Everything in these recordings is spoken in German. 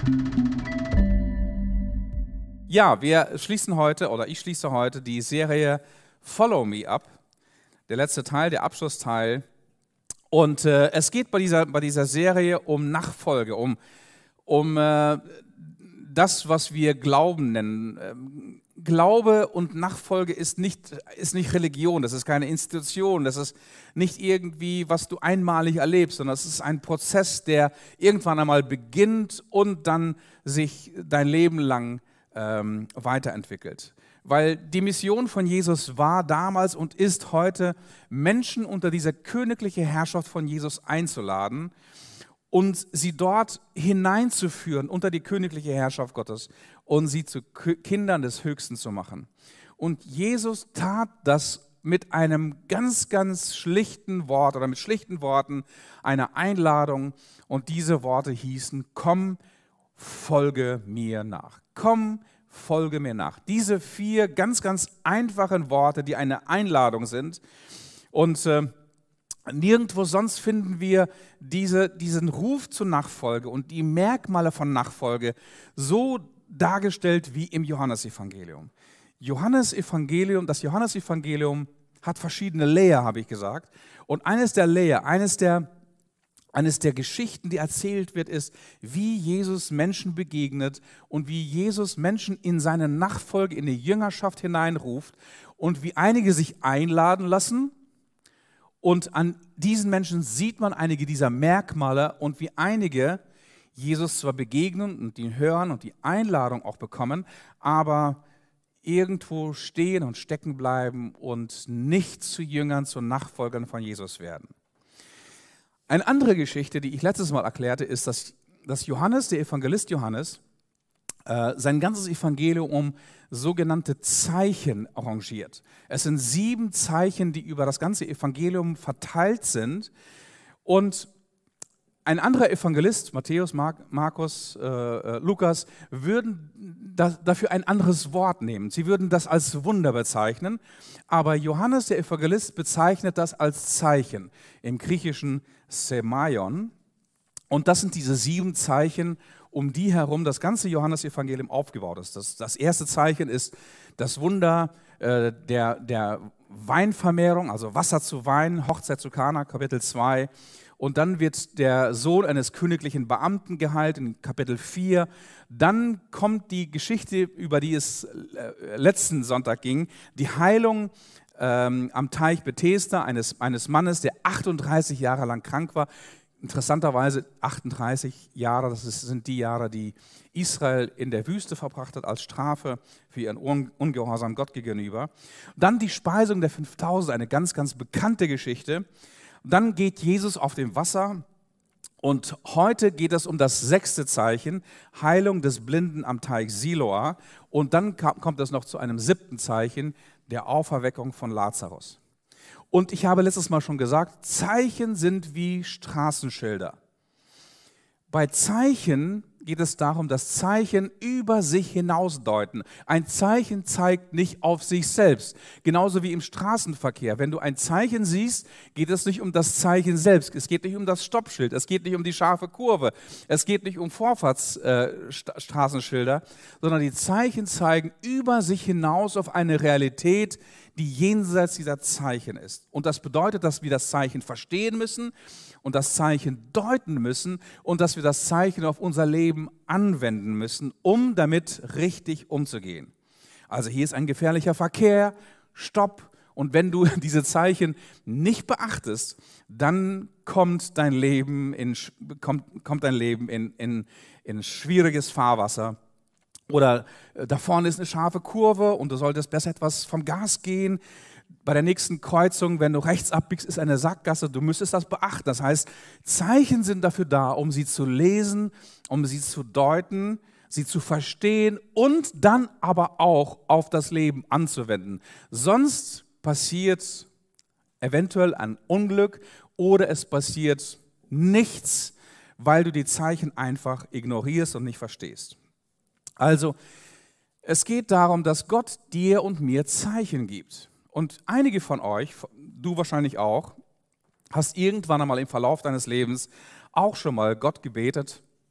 Ja, wir schließen heute, oder ich schließe heute die Serie Follow Me ab. Der letzte Teil, der Abschlussteil. Und es geht bei dieser Serie um Nachfolge, um das, was wir Glauben nennen. Glaube und Nachfolge ist nicht Religion, das ist keine Institution, das ist nicht irgendwie, was du einmalig erlebst, sondern es ist ein Prozess, der irgendwann einmal beginnt und dann sich dein Leben lang weiterentwickelt. Weil die Mission von Jesus war damals und ist heute, Menschen unter diese königliche Herrschaft von Jesus einzuladen und sie dort hineinzuführen unter die königliche Herrschaft Gottes und sie zu Kindern des Höchsten zu machen. Und Jesus tat das mit einem ganz, ganz schlichten Wort oder mit schlichten Worten, einer Einladung, und diese Worte hießen: Komm, folge mir nach. Komm, folge mir nach. Diese 4 ganz, ganz einfachen Worte, die eine Einladung sind. Und nirgendwo sonst finden wir diesen Ruf zur Nachfolge und die Merkmale von Nachfolge so dargestellt wie im Johannesevangelium. Das Johannesevangelium hat verschiedene Layer, habe ich gesagt. Und eines der Layer, eines der Geschichten, die erzählt wird, ist, wie Jesus Menschen begegnet und wie Jesus Menschen in seine Nachfolge, in die Jüngerschaft hineinruft und wie einige sich einladen lassen. Und an diesen Menschen sieht man einige dieser Merkmale und wie einige Jesus zwar begegnen und ihn hören und die Einladung auch bekommen, aber irgendwo stehen und stecken bleiben und nicht zu Jüngern, zu Nachfolgern von Jesus werden. Eine andere Geschichte, die ich letztes Mal erklärte, ist, dass Johannes, der Evangelist Johannes, sein ganzes Evangelium um sogenannte Zeichen arrangiert. Es sind 7 Zeichen, die über das ganze Evangelium verteilt sind. Und ein anderer Evangelist, Matthäus, Markus, Lukas, würden dafür ein anderes Wort nehmen. Sie würden das als Wunder bezeichnen. Aber Johannes, der Evangelist, bezeichnet das als Zeichen. Im Griechischen Semaion. Und das sind diese 7 Zeichen, um die herum das ganze Johannesevangelium aufgebaut ist. Das erste Zeichen ist das Wunder der Weinvermehrung, also Wasser zu Wein, Hochzeit zu Kana, Kapitel 2. Und dann wird der Sohn eines königlichen Beamten geheilt in Kapitel 4. Dann kommt die Geschichte, über die es letzten Sonntag ging, die Heilung am Teich Bethesda eines Mannes, der 38 Jahre lang krank war. Interessanterweise 38 Jahre, sind die Jahre, die Israel in der Wüste verbracht hat als Strafe für ihren Ungehorsam Gott gegenüber. Dann die Speisung der 5000, eine ganz, ganz bekannte Geschichte. Dann geht Jesus auf dem Wasser und heute geht es um das 6. Zeichen, Heilung des Blinden am Teich Siloa. Und dann kommt es noch zu einem 7. Zeichen, der Auferweckung von Lazarus. Und ich habe letztes Mal schon gesagt, Zeichen sind wie Straßenschilder. Bei Zeichen geht es darum, dass Zeichen über sich hinausdeuten. Ein Zeichen zeigt nicht auf sich selbst. Genauso wie im Straßenverkehr. Wenn du ein Zeichen siehst, geht es nicht um das Zeichen selbst. Es geht nicht um das Stoppschild. Es geht nicht um die scharfe Kurve. Es geht nicht um Vorfahrtsstraßenschilder, sondern die Zeichen zeigen über sich hinaus auf eine Realität, die jenseits dieser Zeichen ist. Und das bedeutet, dass wir das Zeichen verstehen müssen und das Zeichen deuten müssen und dass wir das Zeichen auf unser Leben anwenden müssen, um damit richtig umzugehen. Also hier ist ein gefährlicher Verkehr, Stopp. Und wenn du diese Zeichen nicht beachtest, dann kommt dein Leben in schwieriges Fahrwasser. Oder da vorne ist eine scharfe Kurve und du solltest besser etwas vom Gas gehen. Bei der nächsten Kreuzung, wenn du rechts abbiegst, ist eine Sackgasse. Du müsstest das beachten. Das heißt, Zeichen sind dafür da, um sie zu lesen, um sie zu deuten, sie zu verstehen und dann aber auch auf das Leben anzuwenden. Sonst passiert eventuell ein Unglück oder es passiert nichts, weil du die Zeichen einfach ignorierst und nicht verstehst. Also, es geht darum, dass Gott dir und mir Zeichen gibt. Und einige von euch, du wahrscheinlich auch, hast irgendwann einmal im Verlauf deines Lebens auch schon mal Gott gebetet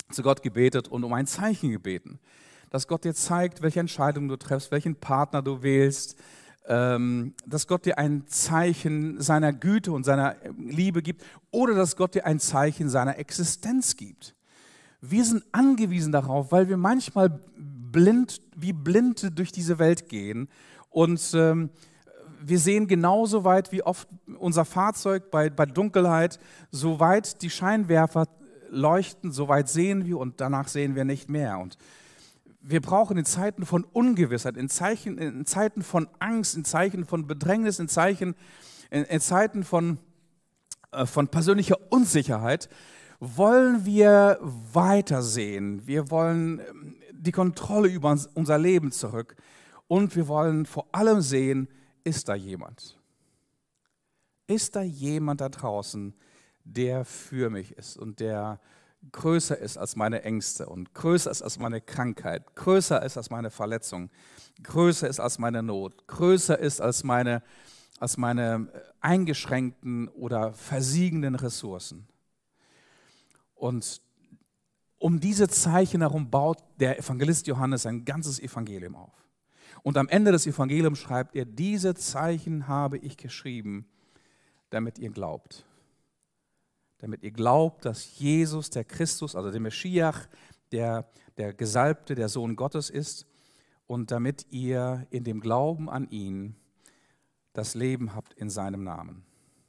zu Gott gebetet und um ein Zeichen gebeten, dass Gott dir zeigt, welche Entscheidung du triffst, welchen Partner du wählst, dass Gott dir ein Zeichen seiner Güte und seiner Liebe gibt oder dass Gott dir ein Zeichen seiner Existenz gibt. Wir sind angewiesen darauf, weil wir manchmal wie Blinde durch diese Welt gehen und wir sehen genauso weit, wie oft unser Fahrzeug bei Dunkelheit, so weit die Scheinwerfer leuchten, so weit sehen wir und danach sehen wir nicht mehr. Und wir brauchen in Zeiten von Ungewissheit, in Zeiten von Angst, in Zeiten von Bedrängnis, in Zeiten von persönlicher Unsicherheit, wollen wir weitersehen. Wir wollen die Kontrolle über unser Leben zurück und wir wollen vor allem sehen, ist da jemand? Ist da jemand da draußen, der für mich ist und der größer ist als meine Ängste und größer ist als meine Krankheit, größer ist als meine Verletzung, größer ist als meine Not, größer ist als meine eingeschränkten oder versiegenden Ressourcen. Und um diese Zeichen herum baut der Evangelist Johannes ein ganzes Evangelium auf. Und am Ende des Evangeliums schreibt er, diese Zeichen habe ich geschrieben, damit ihr glaubt. Damit ihr glaubt, dass Jesus, der Christus, also der Meschiach, der Gesalbte, der Sohn Gottes ist und damit ihr in dem Glauben an ihn das Leben habt in seinem Namen.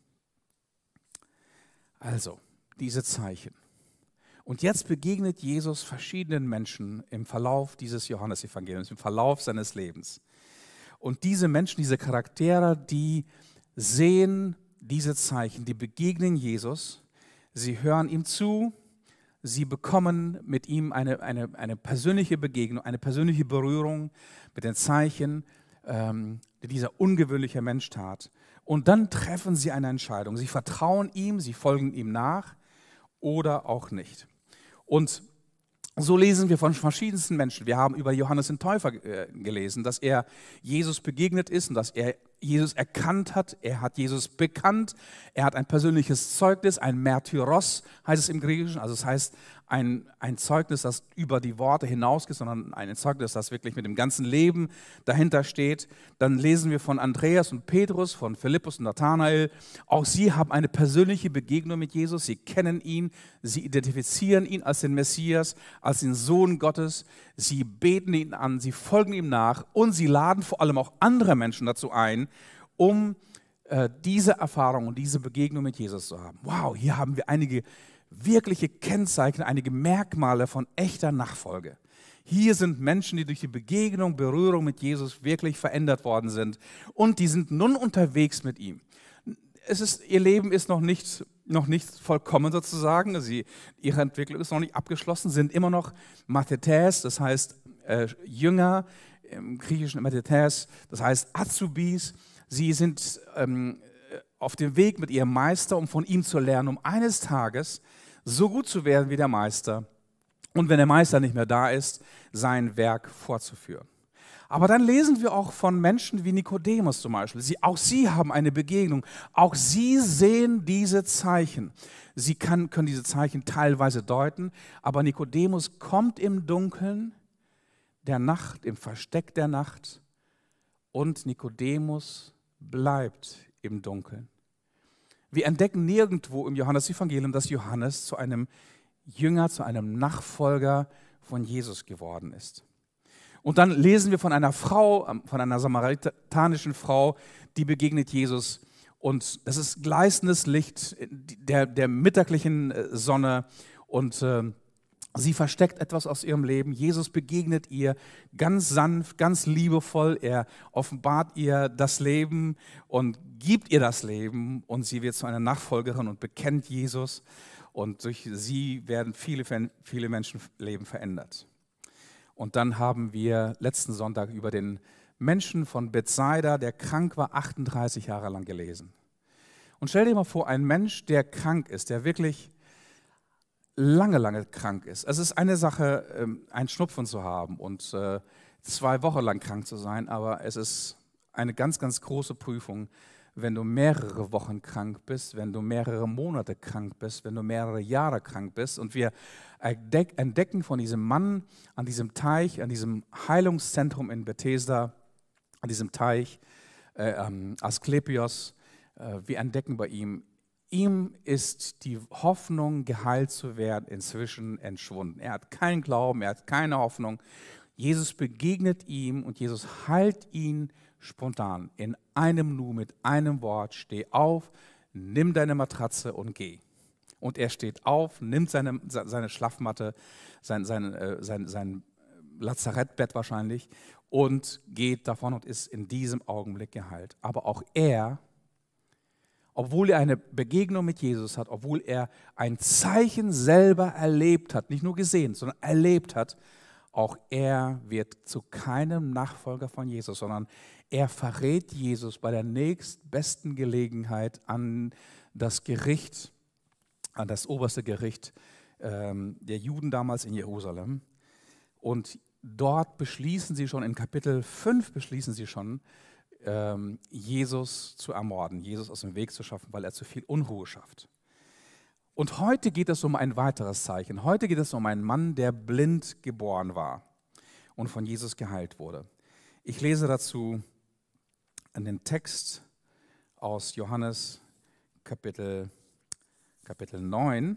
Also, diese Zeichen. Und jetzt begegnet Jesus verschiedenen Menschen im Verlauf dieses Johannesevangeliums, im Verlauf seines Lebens. Und diese Menschen, diese Charaktere, die sehen diese Zeichen, die begegnen Jesus, sie hören ihm zu, sie bekommen mit ihm eine persönliche Begegnung, eine persönliche Berührung mit den Zeichen, die dieser ungewöhnliche Mensch tat. Und dann treffen sie eine Entscheidung. Sie vertrauen ihm, sie folgen ihm nach oder auch nicht. Und so lesen wir von verschiedensten Menschen. Wir haben über Johannes den Täufer gelesen, dass er Jesus begegnet ist und dass er Jesus erkannt hat. Er hat Jesus bekannt. Er hat ein persönliches Zeugnis, ein Märtyros heißt es im Griechischen. Also es heißt ein Zeugnis, das über die Worte hinausgeht, sondern ein Zeugnis, das wirklich mit dem ganzen Leben dahinter steht. Dann lesen wir von Andreas und Petrus, von Philippus und Nathanael. Auch sie haben eine persönliche Begegnung mit Jesus. Sie kennen ihn, sie identifizieren ihn als den Messias, als den Sohn Gottes. Sie beten ihn an, sie folgen ihm nach und sie laden vor allem auch andere Menschen dazu ein, um diese Erfahrung und diese Begegnung mit Jesus zu haben. Wow, hier haben wir einige wirkliche Kennzeichen, einige Merkmale von echter Nachfolge. Hier sind Menschen, die durch die Begegnung, Berührung mit Jesus wirklich verändert worden sind und die sind nun unterwegs mit ihm. Ihr Leben ist noch nicht vollkommen sozusagen, ihre Entwicklung ist noch nicht abgeschlossen, sind immer noch Mathetes, das heißt Jünger, im Griechischen Mathetes, das heißt Azubis. Sie sind auf dem Weg mit ihrem Meister, um von ihm zu lernen, um eines Tages so gut zu werden wie der Meister und wenn der Meister nicht mehr da ist, sein Werk fortzuführen. Aber dann lesen wir auch von Menschen wie Nikodemus zum Beispiel. Auch sie haben eine Begegnung. Auch sie sehen diese Zeichen. Sie können diese Zeichen teilweise deuten, aber Nikodemus kommt im Dunkeln der Nacht, im Versteck der Nacht und Nikodemus bleibt im Dunkeln. Wir entdecken nirgendwo im Johannesevangelium, dass Johannes zu einem Jünger, zu einem Nachfolger von Jesus geworden ist. Und dann lesen wir von einer Frau, von einer samaritanischen Frau, die begegnet Jesus. Und das ist gleißendes Licht der mittaglichen Sonne und sie versteckt etwas aus ihrem Leben. Jesus begegnet ihr ganz sanft, ganz liebevoll. Er offenbart ihr das Leben und gibt ihr das Leben. Und sie wird zu einer Nachfolgerin und bekennt Jesus. Und durch sie werden viele Menschenleben verändert. Und dann haben wir letzten Sonntag über den Menschen von Bethsaida, der krank war, 38 Jahre lang gelesen. Und stell dir mal vor, ein Mensch, der krank ist, der wirklich lange krank ist. Es ist eine Sache, einen Schnupfen zu haben und 2 Wochen lang krank zu sein, aber es ist eine ganz große Prüfung, wenn du mehrere Wochen krank bist, wenn du mehrere Monate krank bist, wenn du mehrere Jahre krank bist. Und wir entdecken von diesem Mann an diesem Teich, an diesem Heilungszentrum in Bethesda, an diesem Teich, Asklepios, wir entdecken bei ihm ist die Hoffnung, geheilt zu werden, inzwischen entschwunden. Er hat keinen Glauben, er hat keine Hoffnung. Jesus begegnet ihm und Jesus heilt ihn spontan. In einem Nu, mit einem Wort: Steh auf, nimm deine Matratze und geh. Und er steht auf, nimmt seine Schlafmatte, sein Lazarettbett wahrscheinlich, und geht davon und ist in diesem Augenblick geheilt. Aber auch er, obwohl er eine Begegnung mit Jesus hat, obwohl er ein Zeichen selber erlebt hat, nicht nur gesehen, sondern erlebt hat, auch er wird zu keinem Nachfolger von Jesus, sondern er verrät Jesus bei der nächstbesten Gelegenheit an das Gericht, an das oberste Gericht der Juden damals in Jerusalem. Und dort beschließen sie schon, in Kapitel 5 beschließen sie schon, Jesus zu ermorden, Jesus aus dem Weg zu schaffen, weil er zu viel Unruhe schafft. Und heute geht es um ein weiteres Zeichen. Heute geht es um einen Mann, der blind geboren war und von Jesus geheilt wurde. Ich lese dazu einen Text aus Johannes Kapitel 9.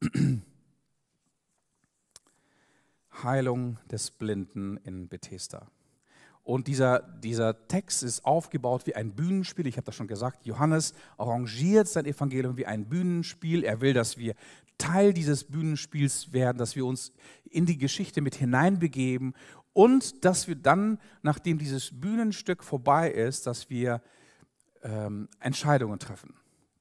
Heilung des Blinden in Bethesda. Und dieser Text ist aufgebaut wie ein Bühnenspiel. Ich habe das schon gesagt, Johannes arrangiert sein Evangelium wie ein Bühnenspiel. Er will, dass wir Teil dieses Bühnenspiels werden, dass wir uns in die Geschichte mit hineinbegeben und dass wir dann, nachdem dieses Bühnenstück vorbei ist, dass wir Entscheidungen treffen.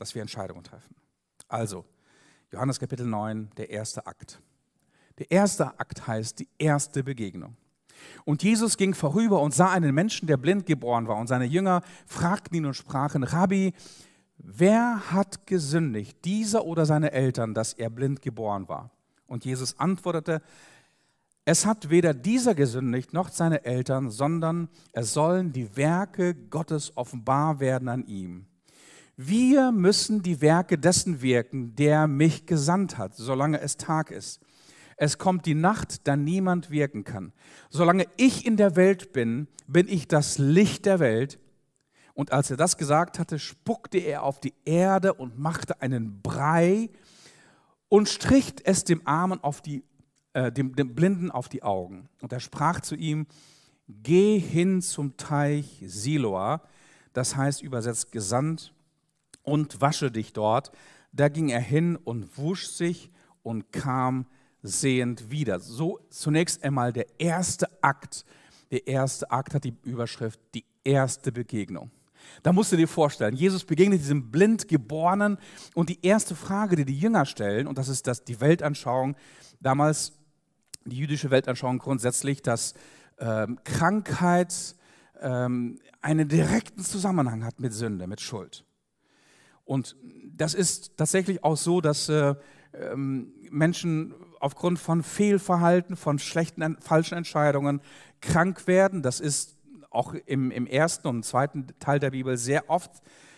Also, Johannes Kapitel 9, der erste Akt. Der erste Akt heißt die erste Begegnung. Und Jesus ging vorüber und sah einen Menschen, der blind geboren war. Und seine Jünger fragten ihn und sprachen: Rabbi, wer hat gesündigt, dieser oder seine Eltern, dass er blind geboren war? Und Jesus antwortete: Es hat weder dieser gesündigt noch seine Eltern, sondern es sollen die Werke Gottes offenbar werden an ihm. Wir müssen die Werke dessen wirken, der mich gesandt hat, solange es Tag ist. Es kommt die Nacht, da niemand wirken kann. Solange ich in der Welt bin, bin ich das Licht der Welt. Und als er das gesagt hatte, spuckte er auf die Erde und machte einen Brei und strich es dem Blinden auf die Augen. Und er sprach zu ihm: Geh hin zum Teich Siloa, das heißt übersetzt gesandt, und wasche dich dort. Da ging er hin und wusch sich und kam sehend wieder. So zunächst einmal der erste Akt. Der erste Akt hat die Überschrift die erste Begegnung. Da musst du dir vorstellen, Jesus begegnet diesem Blindgeborenen und die erste Frage, die die Jünger stellen, und das ist die Weltanschauung, damals die jüdische Weltanschauung grundsätzlich, dass Krankheit einen direkten Zusammenhang hat mit Sünde, mit Schuld. Und das ist tatsächlich auch so, dass Menschen aufgrund von Fehlverhalten, von falschen Entscheidungen krank werden. Das ist auch im ersten und zweiten Teil der Bibel sehr oft,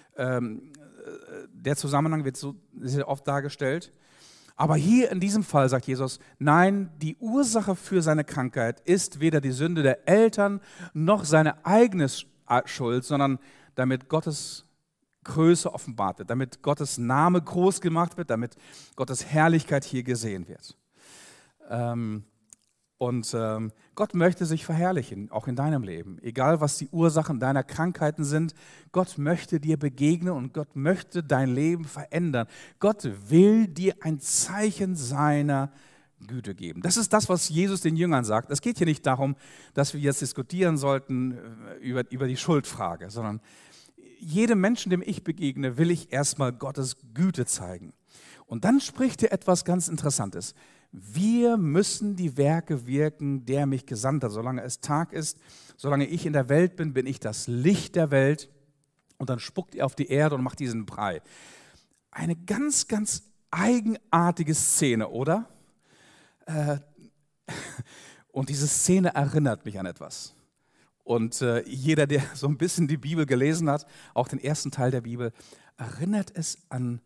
der Zusammenhang wird so sehr oft dargestellt. Aber hier in diesem Fall sagt Jesus: Nein, die Ursache für seine Krankheit ist weder die Sünde der Eltern noch seine eigene Schuld, sondern damit Gottes Größe offenbart wird, damit Gottes Name groß gemacht wird, damit Gottes Herrlichkeit hier gesehen wird. Gott möchte sich verherrlichen, auch in deinem Leben. Egal, was die Ursachen deiner Krankheiten sind, Gott möchte dir begegnen und Gott möchte dein Leben verändern. Gott will dir ein Zeichen seiner Güte geben. Das ist das, was Jesus den Jüngern sagt. Es geht hier nicht darum, dass wir jetzt diskutieren sollten über die Schuldfrage, sondern jedem Menschen, dem ich begegne, will ich erstmal Gottes Güte zeigen. Und dann spricht er etwas ganz Interessantes. Wir müssen die Werke wirken, der mich gesandt hat. Solange es Tag ist, solange ich in der Welt bin, bin ich das Licht der Welt. Und dann spuckt er auf die Erde und macht diesen Brei. Eine ganz, ganz eigenartige Szene, oder? Und diese Szene erinnert mich an etwas. Und jeder, der so ein bisschen die Bibel gelesen hat, auch den ersten Teil der Bibel, erinnert es an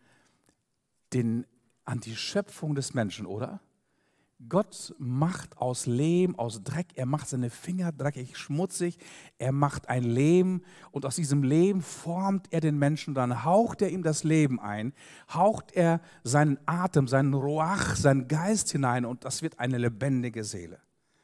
die Schöpfung des Menschen, oder? Gott macht aus Lehm, aus Dreck, er macht seine Finger dreckig, schmutzig, er macht ein Lehm und aus diesem Lehm formt er den Menschen, dann haucht er ihm das Leben ein, haucht er seinen Atem, seinen Ruach, seinen Geist hinein und das wird eine lebendige Seele.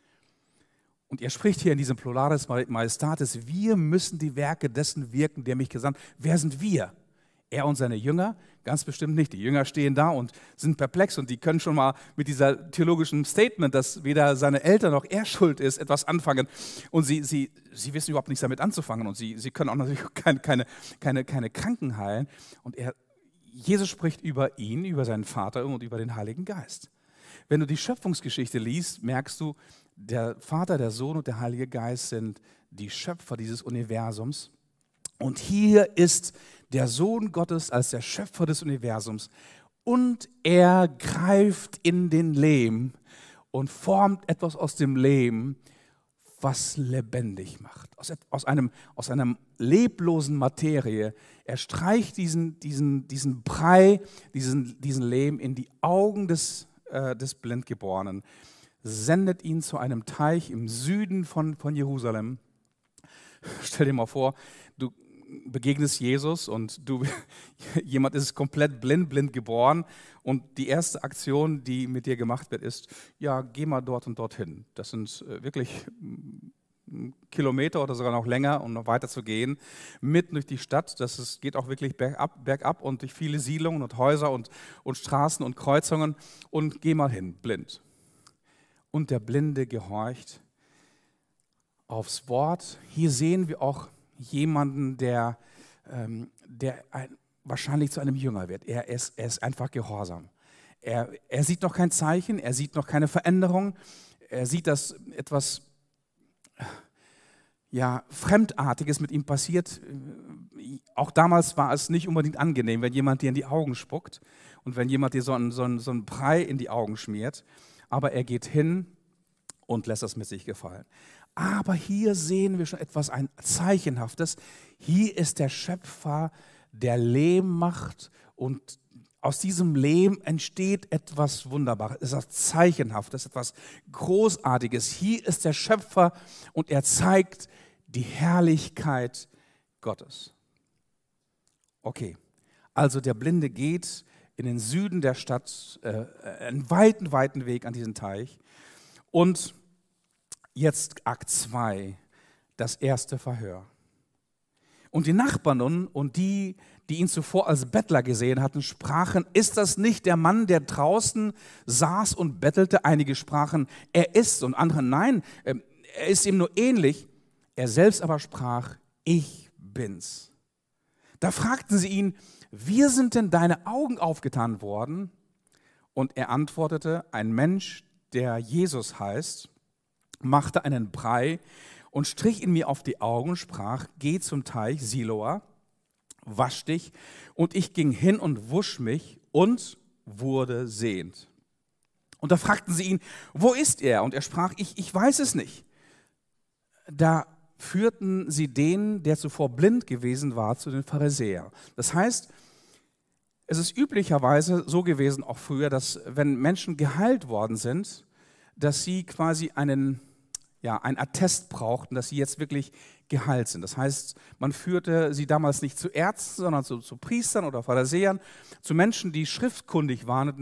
Und er spricht hier in diesem Pluralis Majestatis, wir müssen die Werke dessen wirken, der mich gesandt hat. Wer sind wir? Er und seine Jünger? Ganz bestimmt nicht. Die Jünger stehen da und sind perplex und die können schon mal mit dieser theologischen Statement, dass weder seine Eltern noch er schuld ist, etwas anfangen. Und sie wissen überhaupt nichts damit anzufangen und sie können auch natürlich keine Kranken heilen. Und Jesus spricht über ihn, über seinen Vater und über den Heiligen Geist. Wenn du die Schöpfungsgeschichte liest, merkst du, der Vater, der Sohn und der Heilige Geist sind die Schöpfer dieses Universums. Und hier ist der Sohn Gottes als der Schöpfer des Universums. Und er greift in den Lehm und formt etwas aus dem Lehm, was lebendig macht. Aus einem leblosen Materie. Er streicht diesen Brei, diesen Lehm in die Augen des Blindgeborenen, sendet ihn zu einem Teich im Süden von Jerusalem. Stell dir mal vor, du begegnest Jesus und jemand ist komplett blind geboren und die erste Aktion, die mit dir gemacht wird, ist, ja, geh mal dort und dorthin. Das sind wirklich Kilometer oder sogar noch länger, um noch weiter zu gehen, mitten durch die Stadt. Geht auch wirklich bergab und durch viele Siedlungen und Häuser und Straßen und Kreuzungen und geh mal hin, blind. Und der Blinde gehorcht aufs Wort. Hier sehen wir auch jemanden, der wahrscheinlich zu einem Jünger wird. Er ist einfach gehorsam. Er sieht noch kein Zeichen, er sieht noch keine Veränderung. Er sieht, dass etwas Fremdartiges mit ihm passiert. Auch damals war es nicht unbedingt angenehm, wenn jemand dir in die Augen spuckt und wenn jemand dir so einen Brei in die Augen schmiert. Aber er geht hin und lässt das mit sich gefallen. Aber hier sehen wir schon etwas, ein Zeichenhaftes. Hier ist der Schöpfer, der Lehm macht und aus diesem Lehm entsteht etwas Wunderbares, es ist etwas Zeichenhaftes, etwas Großartiges. Hier ist der Schöpfer und er zeigt die Herrlichkeit Gottes. Okay, also der Blinde geht in den Süden der Stadt, einen weiten Weg an diesen Teich. Und jetzt Akt 2, das erste Verhör. Und die Nachbarn nun und die ihn zuvor als Bettler gesehen hatten, sprachen, ist das nicht der Mann, der draußen saß und bettelte? Einige sprachen, er ist's und andere, nein, er ist ihm nur ähnlich. Er selbst aber sprach, ich bin's. Da fragten sie ihn, wie sind denn deine Augen aufgetan worden? Und er antwortete, ein Mensch, der Jesus heißt, machte einen Brei und strich ihn mir auf die Augen, sprach, geh zum Teich Siloa, wasch dich. Und ich ging hin und wusch mich und wurde sehend. Und da fragten sie ihn, wo ist er? Und er sprach, ich weiß es nicht. Da führten sie den, der zuvor blind gewesen war, zu den Pharisäern. Das heißt, es ist üblicherweise so gewesen, auch früher, dass wenn Menschen geheilt worden sind, dass sie quasi ein Attest brauchten, dass sie jetzt wirklich geheilt sind. Das heißt, man führte sie damals nicht zu Ärzten, sondern zu Priestern oder Pharisäern, zu Menschen, die schriftkundig waren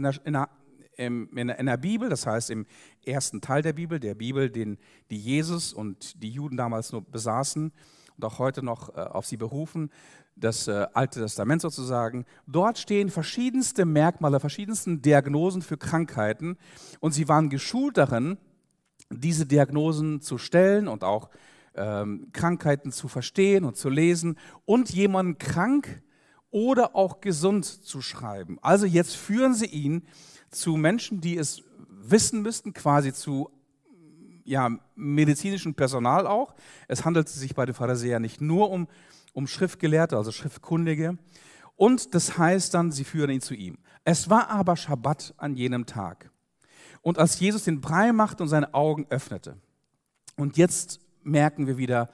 in der Bibel, das heißt im ersten Teil der Bibel, die Jesus und die Juden damals nur besaßen und auch heute noch auf sie berufen, das Alte Testament sozusagen. Dort stehen verschiedenste Merkmale, verschiedenste Diagnosen für Krankheiten und sie waren geschult darin, diese Diagnosen zu stellen und auch Krankheiten zu verstehen und zu lesen und jemanden krank oder auch gesund zu schreiben. Also jetzt führen sie ihn zu Menschen, die es wissen müssten, quasi zu medizinischem Personal auch. Es handelt sich bei den Pharisäern nicht nur um Schriftgelehrte, also Schriftkundige. Und das heißt dann, sie führen ihn zu ihm. Es war aber Schabbat an jenem Tag. Und als Jesus den Brei machte und seine Augen öffnete, und jetzt merken wir wieder,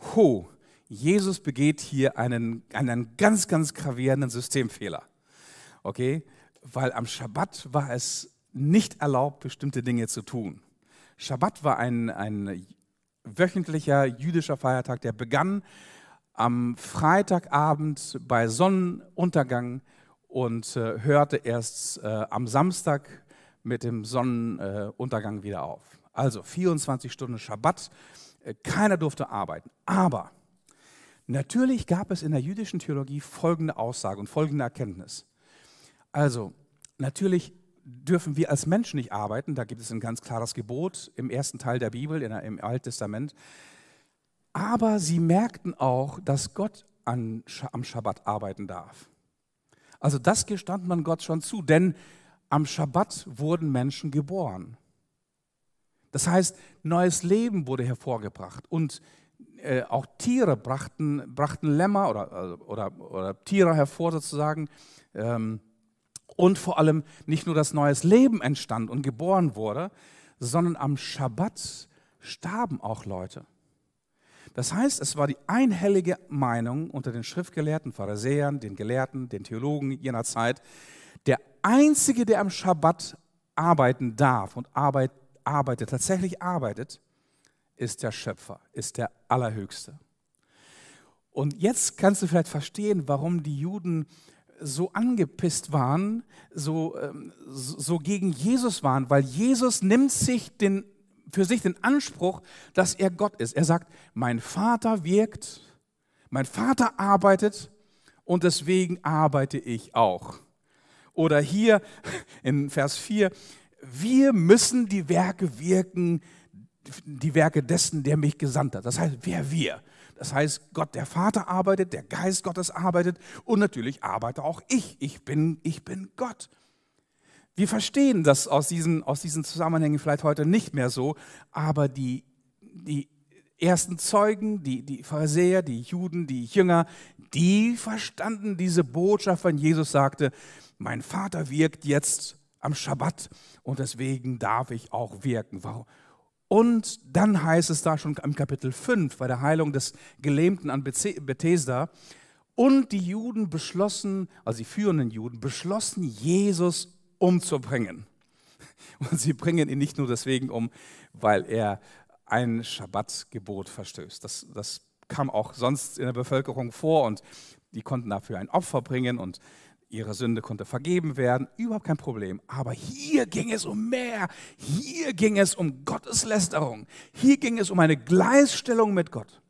Jesus begeht hier einen ganz, ganz gravierenden Systemfehler. Okay? Weil am Schabbat war es nicht erlaubt, bestimmte Dinge zu tun. Schabbat war ein wöchentlicher jüdischer Feiertag, der begann am Freitagabend bei Sonnenuntergang und hörte erst am Samstag mit dem Sonnenuntergang wieder auf. Also 24 Stunden Schabbat, keiner durfte arbeiten. Aber natürlich gab es in der jüdischen Theologie folgende Aussage und folgende Erkenntnis. Also natürlich dürfen wir als Menschen nicht arbeiten, da gibt es ein ganz klares Gebot im ersten Teil der Bibel, im Alten Testament. Aber sie merkten auch, dass Gott am Schabbat arbeiten darf. Also das gestand man Gott schon zu, denn am Schabbat wurden Menschen geboren. Das heißt, neues Leben wurde hervorgebracht und auch Tiere brachten Lämmer oder Tiere hervor sozusagen. Und vor allem nicht nur, dass neues Leben entstand und geboren wurde, sondern am Schabbat starben auch Leute. Das heißt, es war die einhellige Meinung unter den Schriftgelehrten, Pharisäern, den Gelehrten, den Theologen jener Zeit, der Einzige, der am Schabbat arbeiten darf und tatsächlich arbeitet, ist der Schöpfer, ist der Allerhöchste. Und jetzt kannst du vielleicht verstehen, warum die Juden so angepisst waren, so gegen Jesus waren, weil Jesus nimmt für sich den Anspruch, dass er Gott ist. Er sagt, mein Vater wirkt, mein Vater arbeitet und deswegen arbeite ich auch. Oder hier in Vers 4, wir müssen die Werke wirken, die Werke dessen, der mich gesandt hat. Das heißt, wer wir? Das heißt, Gott, der Vater arbeitet, der Geist Gottes arbeitet und natürlich arbeite auch ich. Ich bin Gott. Wir verstehen das aus diesen Zusammenhängen vielleicht heute nicht mehr so, aber die ersten Zeugen, die Pharisäer, die Juden, die Jünger, die verstanden diese Botschaft, wenn Jesus sagte, mein Vater wirkt jetzt am Schabbat und deswegen darf ich auch wirken. Und dann heißt es da schon im Kapitel 5 bei der Heilung des Gelähmten an Bethesda, und die Juden beschlossen, also die führenden Juden, beschlossen, Jesus umzubringen. Und sie bringen ihn nicht nur deswegen um, weil er ein Schabbatgebot verstößt. Das kam auch sonst in der Bevölkerung vor und die konnten dafür ein Opfer bringen und ihre Sünde konnte vergeben werden, überhaupt kein Problem. Aber hier ging es um mehr. Hier ging es um Gotteslästerung. Hier ging es um eine Gleichstellung mit Gott.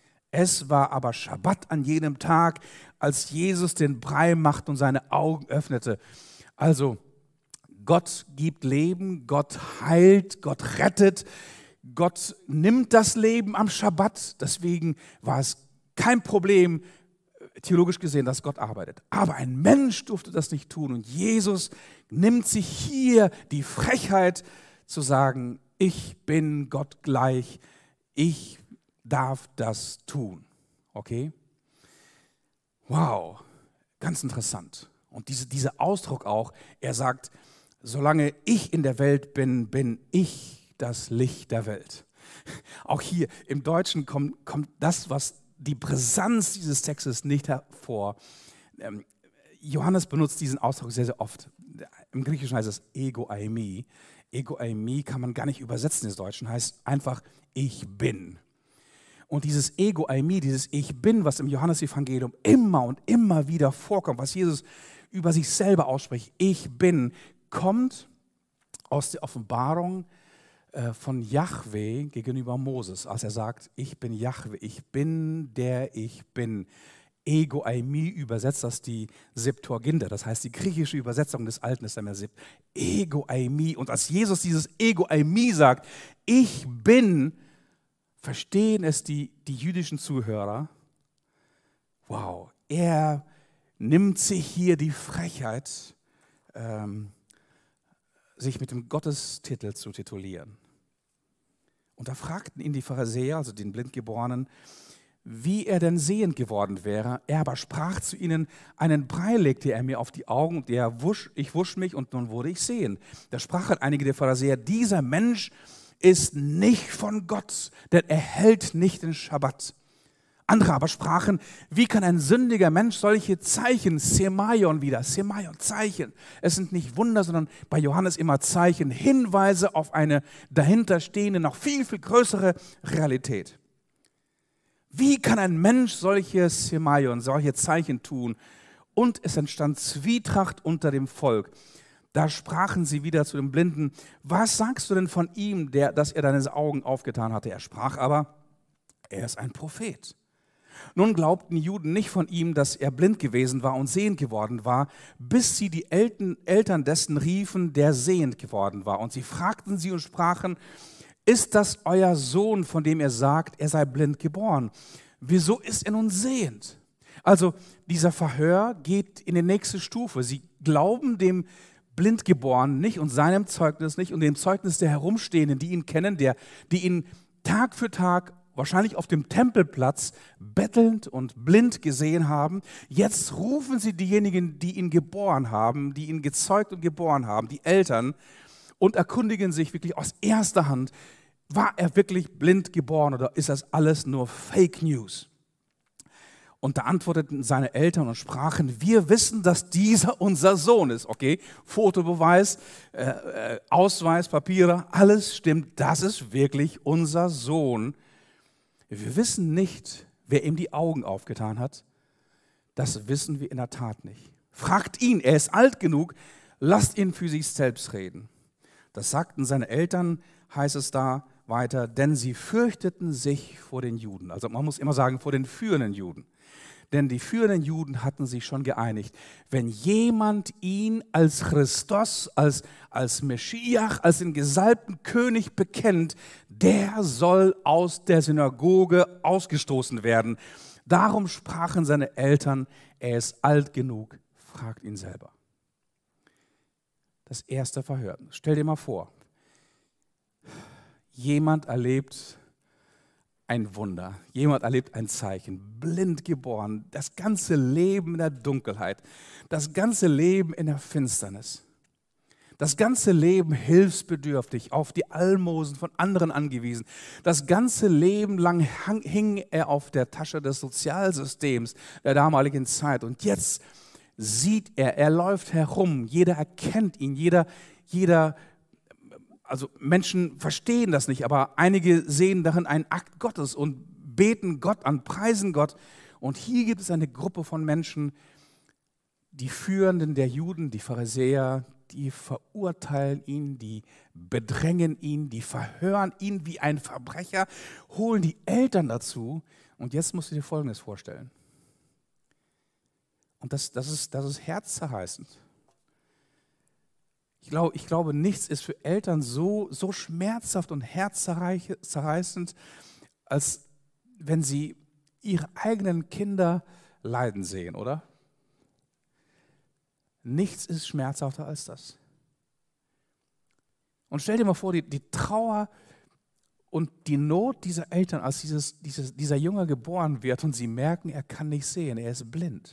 Es war aber Schabbat an jenem Tag, als Jesus den Brei machte und seine Augen öffnete. Also Gott gibt Leben, Gott heilt, Gott rettet, Gott nimmt das Leben am Schabbat. Deswegen war es kein Problem, theologisch gesehen, dass Gott arbeitet. Aber ein Mensch durfte das nicht tun. Und Jesus nimmt sich hier die Frechheit zu sagen, ich bin Gott gleich, ich darf das tun. Okay? Wow, ganz interessant. Und dieser Ausdruck auch, er sagt, solange ich in der Welt bin, bin ich das Licht der Welt. Auch hier im Deutschen kommt das, was die Brisanz dieses Textes nicht hervor. Johannes benutzt diesen Ausdruck sehr, sehr oft. Im Griechischen heißt es ego eimi. Ego eimi kann man gar nicht übersetzen ins Deutsche, heißt einfach ich bin. Und dieses Ego eimi, dieses Ich bin, was im Johannesevangelium immer und immer wieder vorkommt, was Jesus über sich selber ausspricht, ich bin, kommt aus der Offenbarung von Jahwe gegenüber Moses, als er sagt, ich bin Jahwe, ich bin der ich bin. Ego eimi übersetzt das die Septuaginta, das heißt die griechische Übersetzung des Alten Testaments. Ego eimi. Und als Jesus dieses Ego eimi sagt, ich bin, verstehen es die jüdischen Zuhörer. Wow, er nimmt sich hier die Frechheit, sich mit dem Gottestitel zu titulieren. Und da fragten ihn die Pharisäer, also den Blindgeborenen, wie er denn sehend geworden wäre. Er aber sprach zu ihnen, einen Brei legte er mir auf die Augen und ich wusch mich und nun wurde ich sehend. Da sprachen einige der Pharisäer, dieser Mensch ist nicht von Gott, denn er hält nicht den Schabbat. Andere aber sprachen, wie kann ein sündiger Mensch solche Zeichen, Semaion wieder, Semaion, Zeichen. Es sind nicht Wunder, sondern bei Johannes immer Zeichen, Hinweise auf eine dahinterstehende, noch viel, viel größere Realität. Wie kann ein Mensch solche Semaion, solche Zeichen tun? Und es entstand Zwietracht unter dem Volk. Da sprachen sie wieder zu dem Blinden, was sagst du denn von ihm, dass er deine Augen aufgetan hatte? Er sprach aber, er ist ein Prophet. Nun glaubten die Juden nicht von ihm, dass er blind gewesen war und sehend geworden war, bis sie die Eltern dessen riefen, der sehend geworden war. Und sie fragten sie und sprachen, ist das euer Sohn, von dem ihr sagt, er sei blind geboren? Wieso ist er nun sehend? Also dieser Verhör geht in die nächste Stufe. Sie glauben dem Blindgeborenen nicht und seinem Zeugnis nicht und dem Zeugnis der Herumstehenden, die ihn kennen, die ihn Tag für Tag wahrscheinlich auf dem Tempelplatz bettelnd und blind gesehen haben. Jetzt rufen sie diejenigen, die ihn geboren haben, die ihn gezeugt und geboren haben, die Eltern, und erkundigen sich wirklich aus erster Hand, war er wirklich blind geboren oder ist das alles nur Fake News? Und da antworteten seine Eltern und sprachen, wir wissen, dass dieser unser Sohn ist. Okay, Fotobeweis, Ausweis, Papiere, alles stimmt, das ist wirklich unser Sohn. Wir wissen nicht, wer ihm die Augen aufgetan hat. Das wissen wir in der Tat nicht. Fragt ihn, er ist alt genug, lasst ihn für sich selbst reden. Das sagten seine Eltern, heißt es da weiter, denn sie fürchteten sich vor den Juden. Also man muss immer sagen, vor den führenden Juden. Denn die führenden Juden hatten sich schon geeinigt, wenn jemand ihn als Christos, als Meschiach, als den gesalbten König bekennt, der soll aus der Synagoge ausgestoßen werden. Darum sprachen seine Eltern, er ist alt genug, fragt ihn selber. Das erste Verhör. Stell dir mal vor, jemand erlebt ein Wunder, jemand erlebt ein Zeichen, blind geboren, das ganze Leben in der Dunkelheit, das ganze Leben in der Finsternis, das ganze Leben hilfsbedürftig, auf die Almosen von anderen angewiesen, das ganze Leben lang hing er auf der Tasche des Sozialsystems der damaligen Zeit und jetzt sieht er läuft herum, jeder erkennt ihn, also Menschen verstehen das nicht, aber einige sehen darin einen Akt Gottes und beten Gott an, preisen Gott. Und hier gibt es eine Gruppe von Menschen, die Führenden der Juden, die Pharisäer, die verurteilen ihn, die bedrängen ihn, die verhören ihn wie ein Verbrecher, holen die Eltern dazu. Und jetzt musst du dir Folgendes vorstellen. Und das ist herzzerreißend. Ich glaube, nichts ist für Eltern so schmerzhaft und herzzerreißend, als wenn sie ihre eigenen Kinder leiden sehen, oder? Nichts ist schmerzhafter als das. Und stell dir mal vor, die Trauer und die Not dieser Eltern, als dieser Junge geboren wird und sie merken, er kann nicht sehen, er ist blind.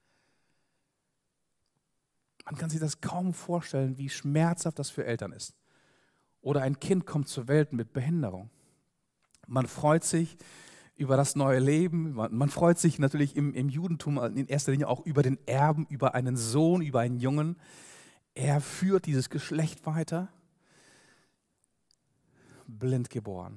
Man kann sich das kaum vorstellen, wie schmerzhaft das für Eltern ist. Oder ein Kind kommt zur Welt mit Behinderung. Man freut sich über das neue Leben. Man freut sich natürlich im Judentum in erster Linie auch über den Erben, über einen Sohn, über einen Jungen. Er führt dieses Geschlecht weiter. Blind geboren.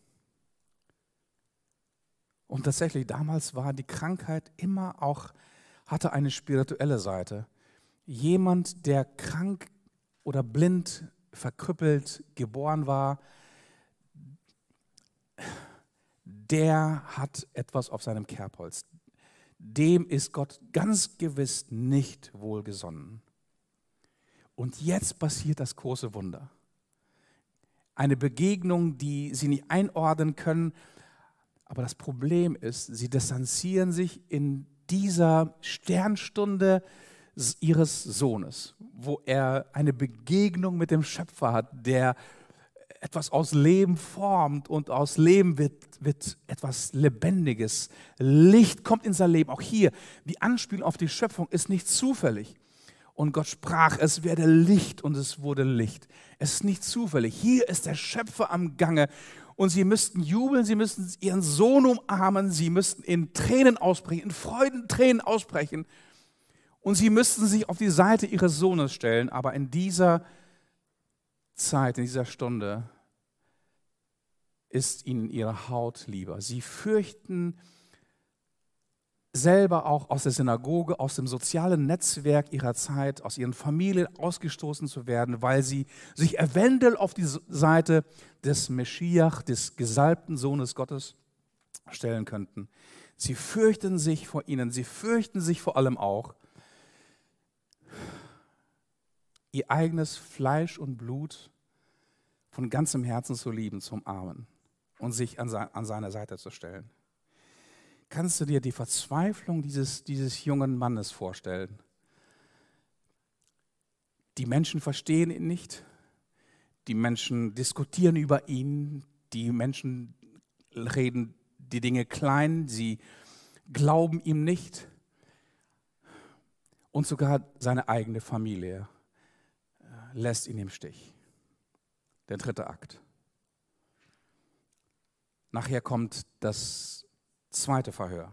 Und tatsächlich, damals war die Krankheit immer auch, hatte eine spirituelle Seite. Jemand, der krank oder blind, verkrüppelt geboren war, der hat etwas auf seinem Kerbholz. Dem ist Gott ganz gewiss nicht wohlgesonnen. Und jetzt passiert das große Wunder. Eine Begegnung, die sie nicht einordnen können. Aber das Problem ist, sie distanzieren sich in dieser Sternstunde ihres Sohnes, wo er eine Begegnung mit dem Schöpfer hat, der etwas aus Leben formt und aus Leben wird etwas Lebendiges. Licht kommt in sein Leben. Auch hier, die Anspielung auf die Schöpfung ist nicht zufällig. Und Gott sprach, es werde Licht und es wurde Licht. Es ist nicht zufällig. Hier ist der Schöpfer am Gange. Und sie müssten jubeln, sie müssten ihren Sohn umarmen, sie müssten in Tränen ausbrechen, in Freudentränen ausbrechen. Und sie müssten sich auf die Seite ihres Sohnes stellen. Aber in dieser Zeit, in dieser Stunde ist ihnen ihre Haut lieber. Sie fürchten selber auch aus der Synagoge, aus dem sozialen Netzwerk ihrer Zeit, aus ihren Familien ausgestoßen zu werden, weil sie sich eventuell auf die Seite des Meschiach, des gesalbten Sohnes Gottes stellen könnten. Sie fürchten sich vor ihnen, sie fürchten sich vor allem auch, ihr eigenes Fleisch und Blut von ganzem Herzen zu lieben, zu umarmen und sich an seine Seite zu stellen. Kannst du dir die Verzweiflung dieses jungen Mannes vorstellen? Die Menschen verstehen ihn nicht, die Menschen diskutieren über ihn, die Menschen reden die Dinge klein, sie glauben ihm nicht und sogar seine eigene Familie lässt ihn im Stich. Der dritte Akt. Nachher kommt das zweite Verhör.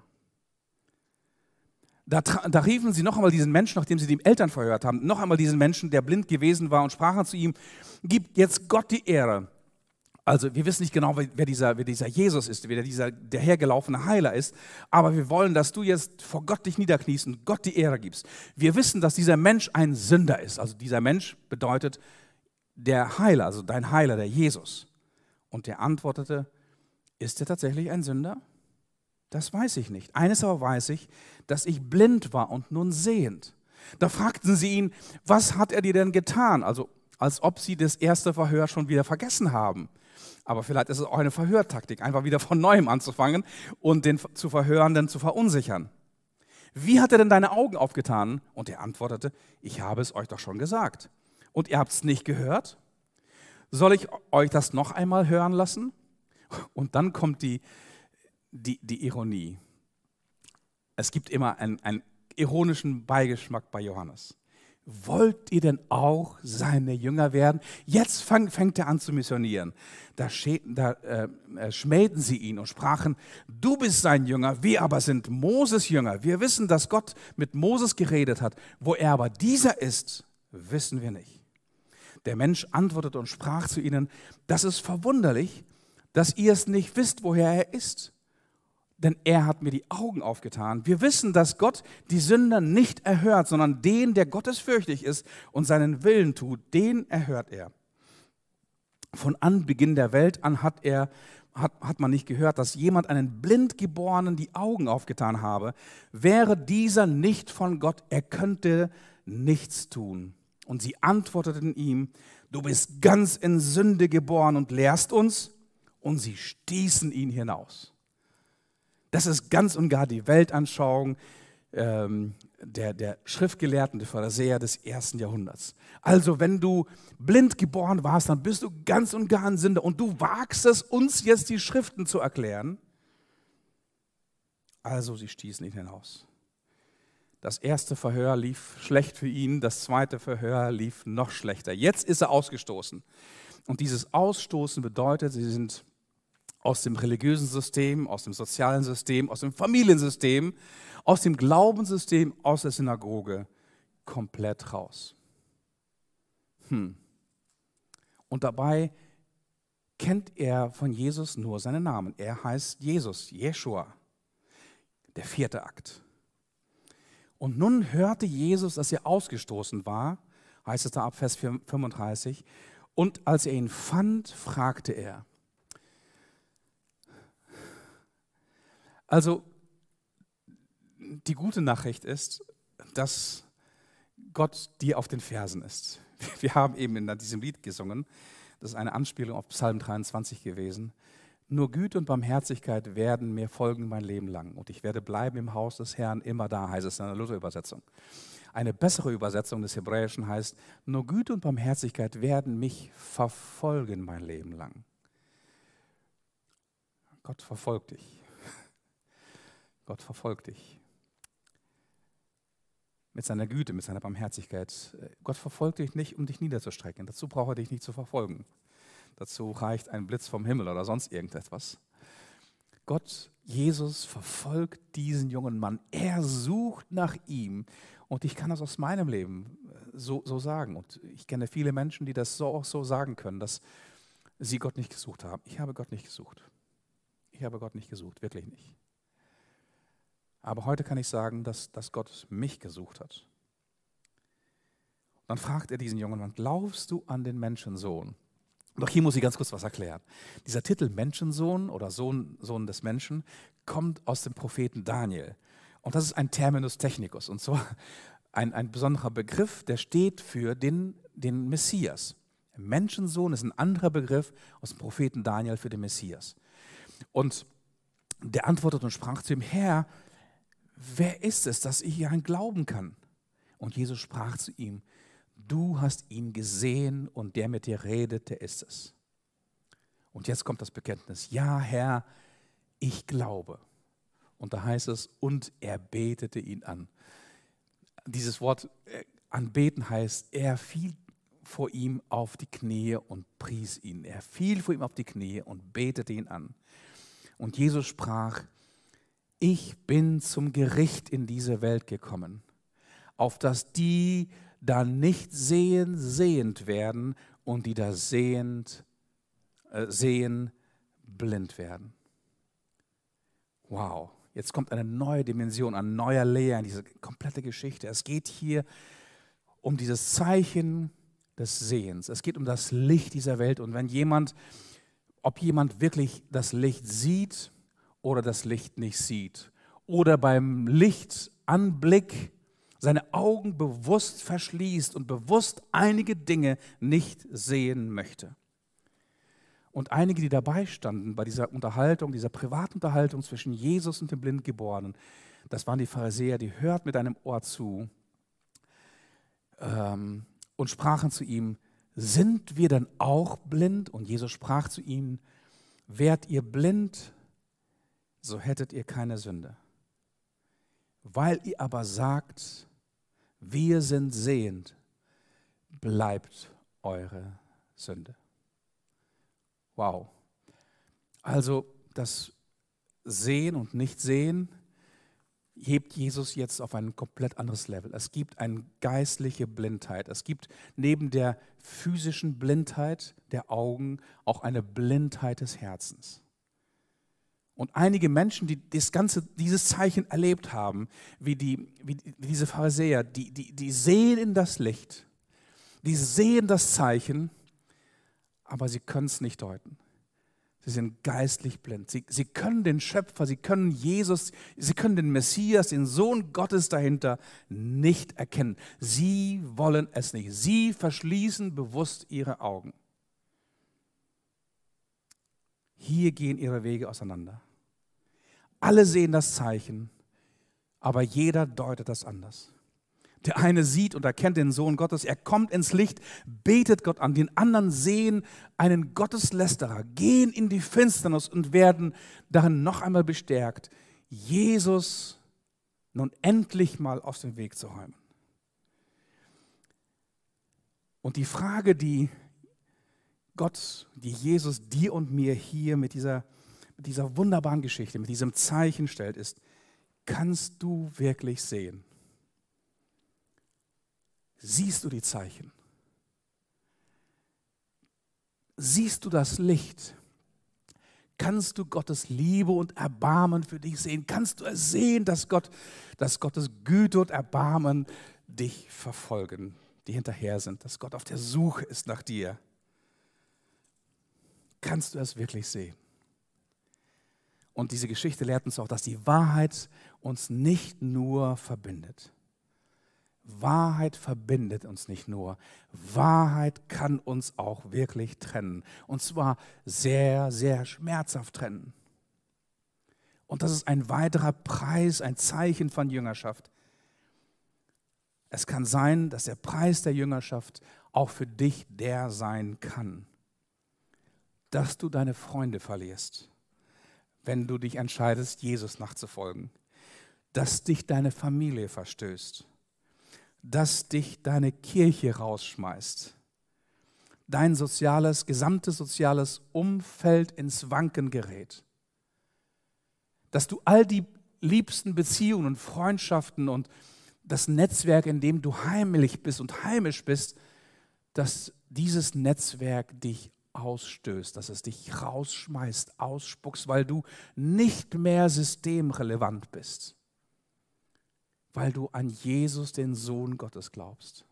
Da riefen sie noch einmal diesen Menschen, nachdem sie die Eltern verhört haben, noch einmal diesen Menschen, der blind gewesen war, und sprachen zu ihm: Gib jetzt Gott die Ehre. Also wir wissen nicht genau, wer dieser Jesus ist, wer der hergelaufene Heiler ist, aber wir wollen, dass du jetzt vor Gott dich niederkniest und Gott die Ehre gibst. Wir wissen, dass dieser Mensch ein Sünder ist. Also dieser Mensch bedeutet der Heiler, also dein Heiler, der Jesus. Und der antwortete: Ist er tatsächlich ein Sünder? Das weiß ich nicht. Eines aber weiß ich, dass ich blind war und nun sehend. Da fragten sie ihn: Was hat er dir denn getan? Also als ob sie das erste Verhör schon wieder vergessen haben. Aber vielleicht ist es auch eine Verhörtaktik, einfach wieder von Neuem anzufangen und den zu Verhörenden zu verunsichern. Wie hat er denn deine Augen aufgetan? Und er antwortete: Ich habe es euch doch schon gesagt. Und ihr habt es nicht gehört? Soll ich euch das noch einmal hören lassen? Und dann kommt die Ironie. Es gibt immer einen ironischen Beigeschmack bei Johannes. Wollt ihr denn auch seine Jünger werden? Jetzt fängt er an zu missionieren. Da schmähten sie ihn und sprachen: Du bist sein Jünger, wir aber sind Moses Jünger. Wir wissen, dass Gott mit Moses geredet hat. Wo er aber dieser ist, wissen wir nicht. Der Mensch antwortete und sprach zu ihnen: Das ist verwunderlich, dass ihr es nicht wisst, woher er ist. Denn er hat mir die Augen aufgetan. Wir wissen, dass Gott die Sünder nicht erhört, sondern den, der gottesfürchtig ist und seinen Willen tut, den erhört er. Von Anbeginn der Welt an hat man nicht gehört, dass jemand einen Blindgeborenen die Augen aufgetan habe. Wäre dieser nicht von Gott, er könnte nichts tun. Und sie antworteten ihm: Du bist ganz in Sünde geboren und lehrst uns. Und sie stießen ihn hinaus. Das ist ganz und gar die Weltanschauung der Schriftgelehrten, der Pharisäer des 1. Jahrhunderts. Also wenn du blind geboren warst, dann bist du ganz und gar ein Sünder und du wagst es, uns jetzt die Schriften zu erklären. Also sie stießen ihn hinaus. Das erste Verhör lief schlecht für ihn, das zweite Verhör lief noch schlechter. Jetzt ist er ausgestoßen. Und dieses Ausstoßen bedeutet, sie sind aus dem religiösen System, aus dem sozialen System, aus dem Familiensystem, aus dem Glaubenssystem, aus der Synagoge komplett raus. Und dabei kennt er von Jesus nur seinen Namen. Er heißt Jesus, Jeschua, der vierte Akt. Und nun hörte Jesus, dass er ausgestoßen war, heißt es da ab Vers 35, und als er ihn fand, fragte er. Also, die gute Nachricht ist, dass Gott dir auf den Fersen ist. Wir haben eben in diesem Lied gesungen, das ist eine Anspielung auf Psalm 23 gewesen. Nur Güte und Barmherzigkeit werden mir folgen mein Leben lang und ich werde bleiben im Haus des Herrn immer da, heißt es in der Luther-Übersetzung. Eine bessere Übersetzung des Hebräischen heißt: Nur Güte und Barmherzigkeit werden mich verfolgen mein Leben lang. Gott verfolgt dich. Gott verfolgt dich. mit seiner Güte, mit seiner Barmherzigkeit. Gott verfolgt dich nicht, um dich niederzustrecken. Dazu braucht er dich nicht zu verfolgen. Dazu reicht ein Blitz vom Himmel oder sonst irgendetwas. Gott, Jesus, verfolgt diesen jungen Mann. Er sucht nach ihm. Und ich kann das aus meinem Leben so sagen. Und ich kenne viele Menschen, die das auch so sagen können, dass sie Gott nicht gesucht haben. Ich habe Gott nicht gesucht. Ich habe Gott nicht gesucht, wirklich nicht. Aber heute kann ich sagen, dass Gott mich gesucht hat. Dann fragt er diesen jungen Mann, glaubst du an den Menschensohn? Doch hier muss ich ganz kurz was erklären. Dieser Titel Menschensohn oder Sohn des Menschen kommt aus dem Propheten Daniel. Und das ist ein Terminus technicus, und zwar ein besonderer Begriff, der steht für den Messias. Menschensohn ist ein anderer Begriff aus dem Propheten Daniel für den Messias. Und der antwortet und sprach zu ihm, Herr, wer ist es, dass ich an glauben kann? Und Jesus sprach zu ihm, du hast ihn gesehen und der mit dir redet, der ist es. Und jetzt kommt das Bekenntnis, ja Herr, ich glaube. Und da heißt es, und er betete ihn an. Dieses Wort anbeten heißt, er fiel vor ihm auf die Knie und pries ihn. Er fiel vor ihm auf die Knie und betete ihn an. Und Jesus sprach, ich bin zum Gericht in diese Welt gekommen, auf dass die da nicht sehen, sehend werden und die da sehen, blind werden. Wow, jetzt kommt eine neue Dimension, ein neuer Layer in diese komplette Geschichte. Es geht hier um dieses Zeichen des Sehens. Es geht um das Licht dieser Welt. Und ob jemand wirklich das Licht sieht oder das Licht nicht sieht oder beim Lichtanblick seine Augen bewusst verschließt und bewusst einige Dinge nicht sehen möchte. Und einige, die dabei standen bei dieser Unterhaltung, dieser Privatunterhaltung zwischen Jesus und dem Blindgeborenen, das waren die Pharisäer, die hörten mit einem Ohr zu und sprachen zu ihm, sind wir denn auch blind? Und Jesus sprach zu ihnen, wärt ihr blind, so hättet ihr keine Sünde. Weil ihr aber sagt, wir sind sehend, bleibt eure Sünde. Wow. Also das Sehen und Nicht-Sehen hebt Jesus jetzt auf ein komplett anderes Level. Es gibt eine geistliche Blindheit. Es gibt neben der physischen Blindheit der Augen auch eine Blindheit des Herzens. Und einige Menschen, die dieses Zeichen erlebt haben, wie diese Pharisäer, die sehen in das Licht, die sehen das Zeichen, aber sie können es nicht deuten. Sie sind geistlich blind. Sie können den Schöpfer, sie können Jesus, sie können den Messias, den Sohn Gottes dahinter nicht erkennen. Sie wollen es nicht. Sie verschließen bewusst ihre Augen. Hier gehen ihre Wege auseinander. Alle sehen das Zeichen, aber jeder deutet das anders. Der eine sieht und erkennt den Sohn Gottes, er kommt ins Licht, betet Gott an. Den anderen sehen einen Gotteslästerer, gehen in die Finsternis und werden darin noch einmal bestärkt, Jesus nun endlich mal aus dem Weg zu räumen. Und die Frage, die Jesus dir und mir hier mit dieser wunderbaren Geschichte, mit diesem Zeichen stellt, ist, kannst du wirklich sehen? Siehst du die Zeichen? Siehst du das Licht? Kannst du Gottes Liebe und Erbarmen für dich sehen? Kannst du es sehen, dass Gottes Güte und Erbarmen dich verfolgen, die hinterher sind, dass Gott auf der Suche ist nach dir? Kannst du es wirklich sehen? Und diese Geschichte lehrt uns auch, dass die Wahrheit uns nicht nur verbindet. Wahrheit verbindet uns nicht nur. Wahrheit kann uns auch wirklich trennen. Und zwar sehr, sehr schmerzhaft trennen. Und das ist ein weiterer Preis, ein Zeichen von Jüngerschaft. Es kann sein, dass der Preis der Jüngerschaft auch für dich der sein kann, dass du deine Freunde verlierst, wenn du dich entscheidest, Jesus nachzufolgen, dass dich deine Familie verstößt, dass dich deine Kirche rausschmeißt, dein gesamtes soziales Umfeld ins Wanken gerät, dass du all die liebsten Beziehungen und Freundschaften und das Netzwerk, in dem du heimlich bist und heimisch bist, dass dieses Netzwerk dich ausstößt, dass es dich rausschmeißt, ausspuckst, weil du nicht mehr systemrelevant bist, weil du an Jesus, den Sohn Gottes, glaubst.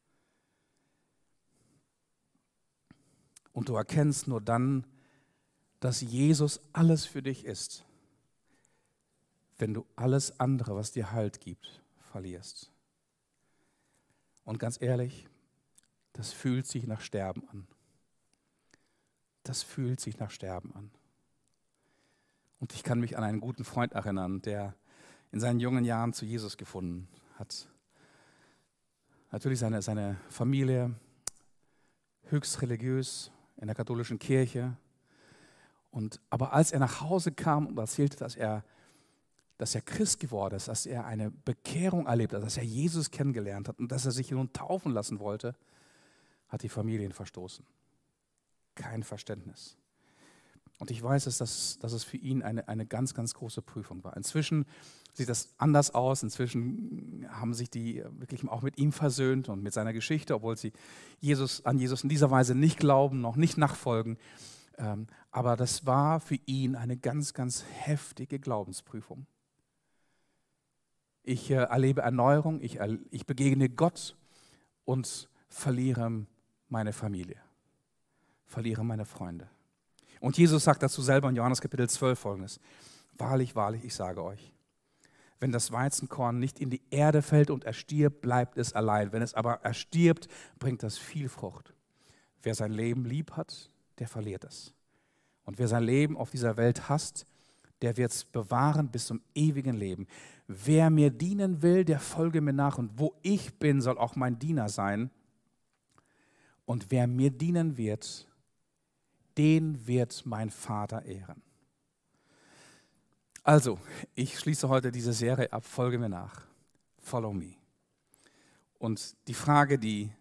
Und du erkennst nur dann, dass Jesus alles für dich ist, wenn du alles andere, was dir Halt gibt, verlierst. Und ganz ehrlich, das fühlt sich nach Sterben an. Das fühlt sich nach Sterben an. Und ich kann mich an einen guten Freund erinnern, der in seinen jungen Jahren zu Jesus gefunden hat. Natürlich seine Familie, höchst religiös in der katholischen Kirche. Aber als er nach Hause kam und erzählte, dass er Christ geworden ist, dass er eine Bekehrung erlebt hat, dass er Jesus kennengelernt hat und dass er sich nun taufen lassen wollte, hat die Familie ihn verstoßen. Kein Verständnis. Und ich weiß, dass es für ihn eine ganz, ganz große Prüfung war. Inzwischen sieht das anders aus. Inzwischen haben sich die wirklich auch mit ihm versöhnt und mit seiner Geschichte, obwohl sie an Jesus in dieser Weise nicht glauben, noch nicht nachfolgen. Aber das war für ihn eine ganz, ganz heftige Glaubensprüfung. Ich erlebe Erneuerung, ich begegne Gott und verliere meine Familie, verliere meine Freunde. Und Jesus sagt dazu selber in Johannes Kapitel 12 Folgendes: Wahrlich, wahrlich, ich sage euch, wenn das Weizenkorn nicht in die Erde fällt und erstirbt, bleibt es allein. Wenn es aber erstirbt, bringt das viel Frucht. Wer sein Leben lieb hat, der verliert es. Und wer sein Leben auf dieser Welt hasst, der wird es bewahren bis zum ewigen Leben. Wer mir dienen will, der folge mir nach. Und wo ich bin, soll auch mein Diener sein. Und wer mir dienen wird, den wird mein Vater ehren. Also, ich schließe heute diese Serie ab, folge mir nach. Follow me. Und die Frage,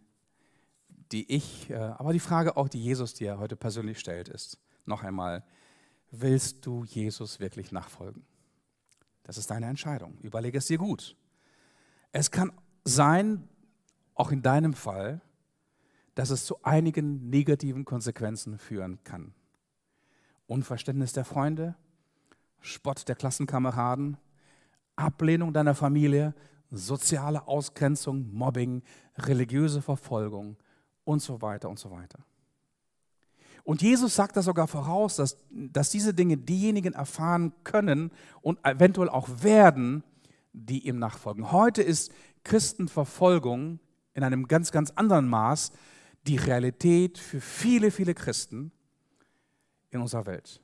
aber die Frage auch, die Jesus dir heute persönlich stellt, ist noch einmal: Willst du Jesus wirklich nachfolgen? Das ist deine Entscheidung. Überlege es dir gut. Es kann sein, auch in deinem Fall, dass es zu einigen negativen Konsequenzen führen kann. Unverständnis der Freunde, Spott der Klassenkameraden, Ablehnung deiner Familie, soziale Ausgrenzung, Mobbing, religiöse Verfolgung und so weiter und so weiter. Und Jesus sagt da sogar voraus, dass diese Dinge diejenigen erfahren können und eventuell auch werden, die ihm nachfolgen. Heute ist Christenverfolgung in einem ganz, ganz anderen Maß die Realität für viele, viele Christen in unserer Welt.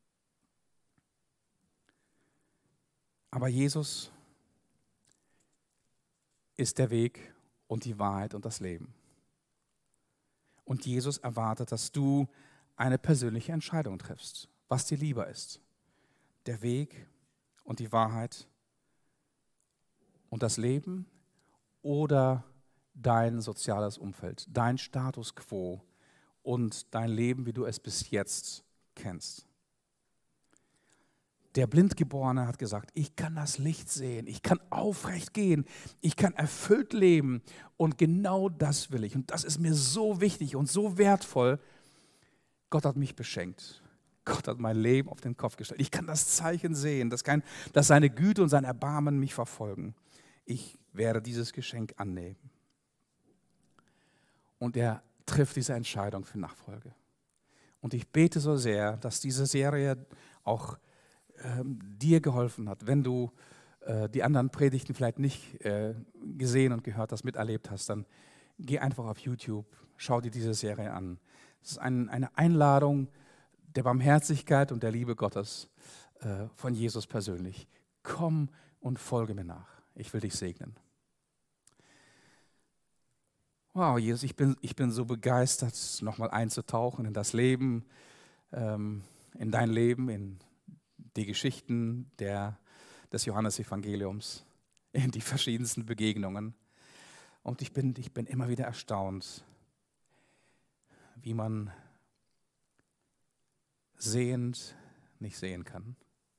Aber Jesus ist der Weg und die Wahrheit und das Leben. Und Jesus erwartet, dass du eine persönliche Entscheidung triffst, was dir lieber ist. Der Weg und die Wahrheit und das Leben oder dein soziales Umfeld, dein Status quo und dein Leben, wie du es bis jetzt kennst. Der Blindgeborene hat gesagt: Ich kann das Licht sehen, ich kann aufrecht gehen, ich kann erfüllt leben und genau das will ich. Und das ist mir so wichtig und so wertvoll. Gott hat mich beschenkt. Gott hat mein Leben auf den Kopf gestellt. Ich kann das Zeichen sehen, dass seine Güte und sein Erbarmen mich verfolgen. Ich werde dieses Geschenk annehmen. Und er trifft diese Entscheidung für Nachfolge. Und ich bete so sehr, dass diese Serie auch dir geholfen hat, wenn du die anderen Predigten vielleicht nicht gesehen und gehört hast, miterlebt hast, dann geh einfach auf YouTube, schau dir diese Serie an. Es ist eine Einladung der Barmherzigkeit und der Liebe Gottes von Jesus persönlich. Komm und folge mir nach. Ich will dich segnen. Wow, Jesus, ich bin so begeistert, nochmal einzutauchen in das Leben, in dein Leben, in die Geschichten des Johannesevangeliums, in die verschiedensten Begegnungen. Und ich bin immer wieder erstaunt, wie man sehend nicht sehen kann,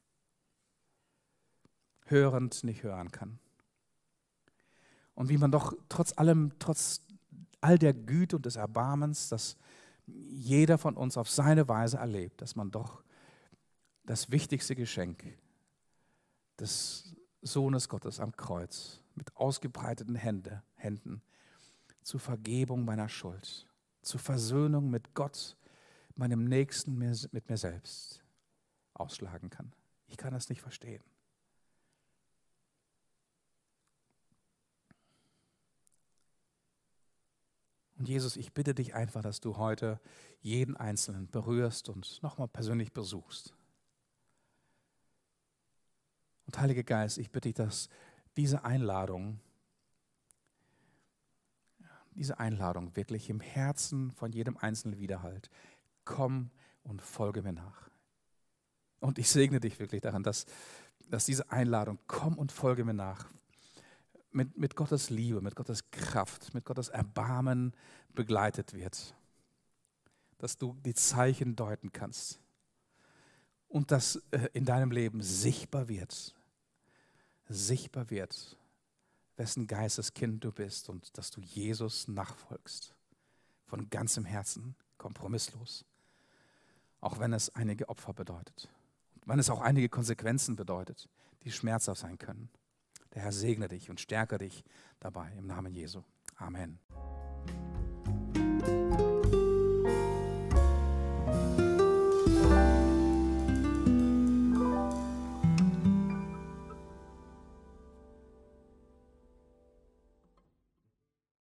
hörend nicht hören kann. Und wie man doch trotz allem, trotz all der Güte und des Erbarmens, das jeder von uns auf seine Weise erlebt, dass man doch das wichtigste Geschenk des Sohnes Gottes am Kreuz mit ausgebreiteten Händen zur Vergebung meiner Schuld, zur Versöhnung mit Gott, meinem Nächsten, mit mir selbst ausschlagen kann. Ich kann das nicht verstehen. Und Jesus, ich bitte dich einfach, dass du heute jeden Einzelnen berührst und nochmal persönlich besuchst. Und Heiliger Geist, ich bitte dich, dass diese Einladung wirklich im Herzen von jedem Einzelnen widerhallt. Komm und folge mir nach. Und ich segne dich wirklich daran, dass diese Einladung, komm und folge mir nach, mit Gottes Liebe, mit Gottes Kraft, mit Gottes Erbarmen begleitet wird. Dass du die Zeichen deuten kannst und dass in deinem Leben sichtbar wird, wessen Geisteskind du bist und dass du Jesus nachfolgst. Von ganzem Herzen, kompromisslos. Auch wenn es einige Opfer bedeutet. Wenn es auch einige Konsequenzen bedeutet, die schmerzhaft sein können. Der Herr segne dich und stärke dich dabei im Namen Jesu. Amen.